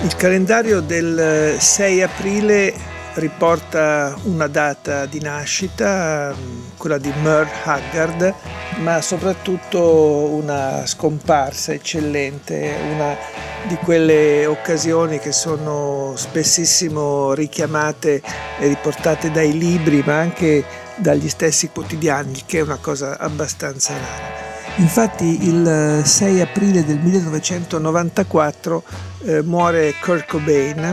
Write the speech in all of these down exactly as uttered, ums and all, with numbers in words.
Il calendario del sei aprile riporta una data di nascita, quella di Merle Haggard, ma soprattutto una scomparsa eccellente, una di quelle occasioni che sono spessissimo richiamate e riportate dai libri, ma anche dagli stessi quotidiani, che è una cosa abbastanza rara. Infatti il sei aprile del millenovecentonovantaquattro eh, muore Kurt Cobain,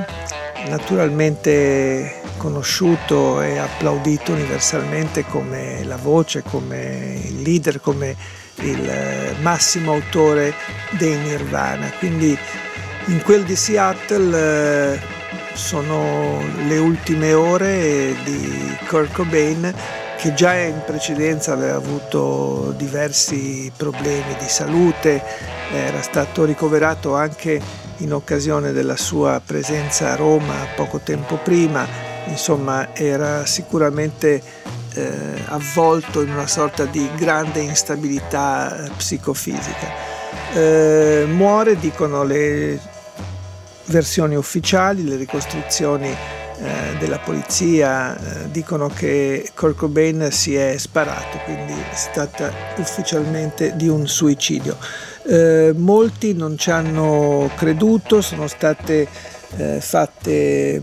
naturalmente conosciuto e applaudito universalmente come la voce, come il leader, come il massimo autore dei Nirvana. Quindi in quel di Seattle eh, sono le ultime ore di Kurt Cobain, che già in precedenza aveva avuto diversi problemi di salute, era stato ricoverato anche in occasione della sua presenza a Roma poco tempo prima, insomma era sicuramente eh, avvolto in una sorta di grande instabilità psicofisica. Eh, muore, dicono le versioni ufficiali, le ricostruzioni Eh, della polizia eh, dicono che Kurt Cobain si è sparato, quindi si tratta ufficialmente di un suicidio. Eh, molti non ci hanno creduto, sono state eh, fatte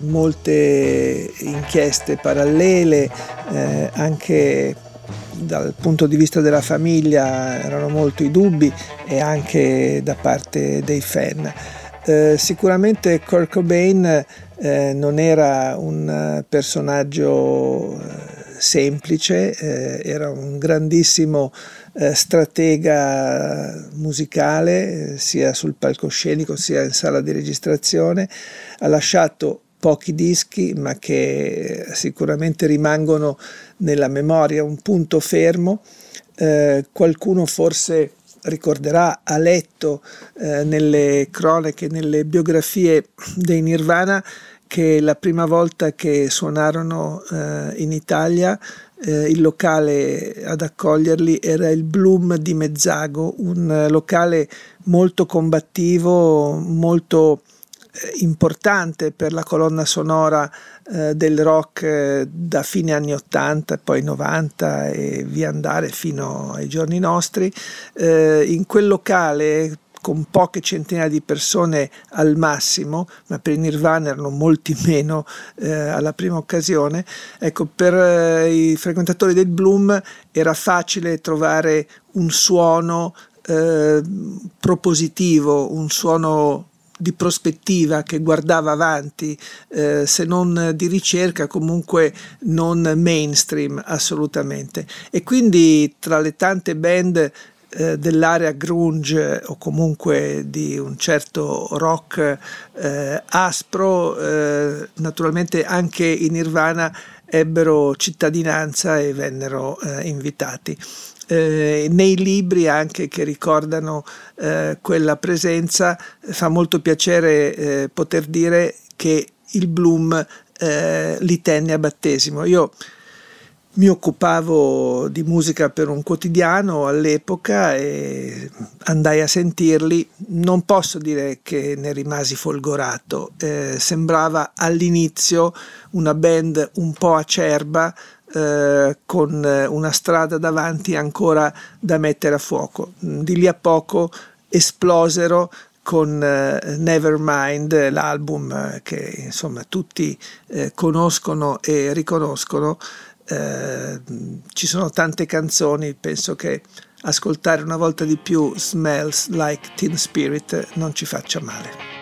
molte inchieste parallele, eh, anche dal punto di vista della famiglia erano molto i dubbi e anche da parte dei fan. Eh, sicuramente Kurt Cobain eh, non era un personaggio eh, semplice, eh, era un grandissimo eh, stratega musicale, eh, sia sul palcoscenico sia in sala di registrazione. Ha lasciato pochi dischi, ma che sicuramente rimangono nella memoria, un punto fermo. Eh, qualcuno forse ricorderà, ha letto eh, nelle cronache, nelle biografie dei Nirvana, che la prima volta che suonarono eh, in Italia eh, il locale ad accoglierli era il Bloom di Mezzago, un locale molto combattivo, molto importante per la colonna sonora eh, del rock eh, da fine anni ottanta, poi novanta e via andare fino ai giorni nostri. Eh, in quel locale, con poche centinaia di persone al massimo, ma per i Nirvana erano molti meno eh, alla prima occasione, ecco, per eh, i frequentatori del Bloom era facile trovare un suono eh, propositivo, un suono di prospettiva che guardava avanti, eh, se non di ricerca, comunque non mainstream assolutamente. E quindi tra le tante band eh, dell'area grunge o comunque di un certo rock eh, aspro, eh, naturalmente anche i Nirvana ebbero cittadinanza e vennero eh, invitati. Eh, nei libri anche che ricordano eh, quella presenza fa molto piacere eh, poter dire che il Bloom eh, li tenne a battesimo. Io mi occupavo di musica per un quotidiano all'epoca e andai a sentirli. Non posso dire che ne rimasi folgorato, eh, sembrava all'inizio una band un po' acerba, Eh, con una strada davanti ancora da mettere a fuoco. Di lì a poco esplosero con eh, Nevermind, l'album eh, che insomma tutti eh, conoscono e riconoscono. Eh, ci sono tante canzoni, penso che ascoltare una volta di più Smells Like Teen Spirit non ci faccia male.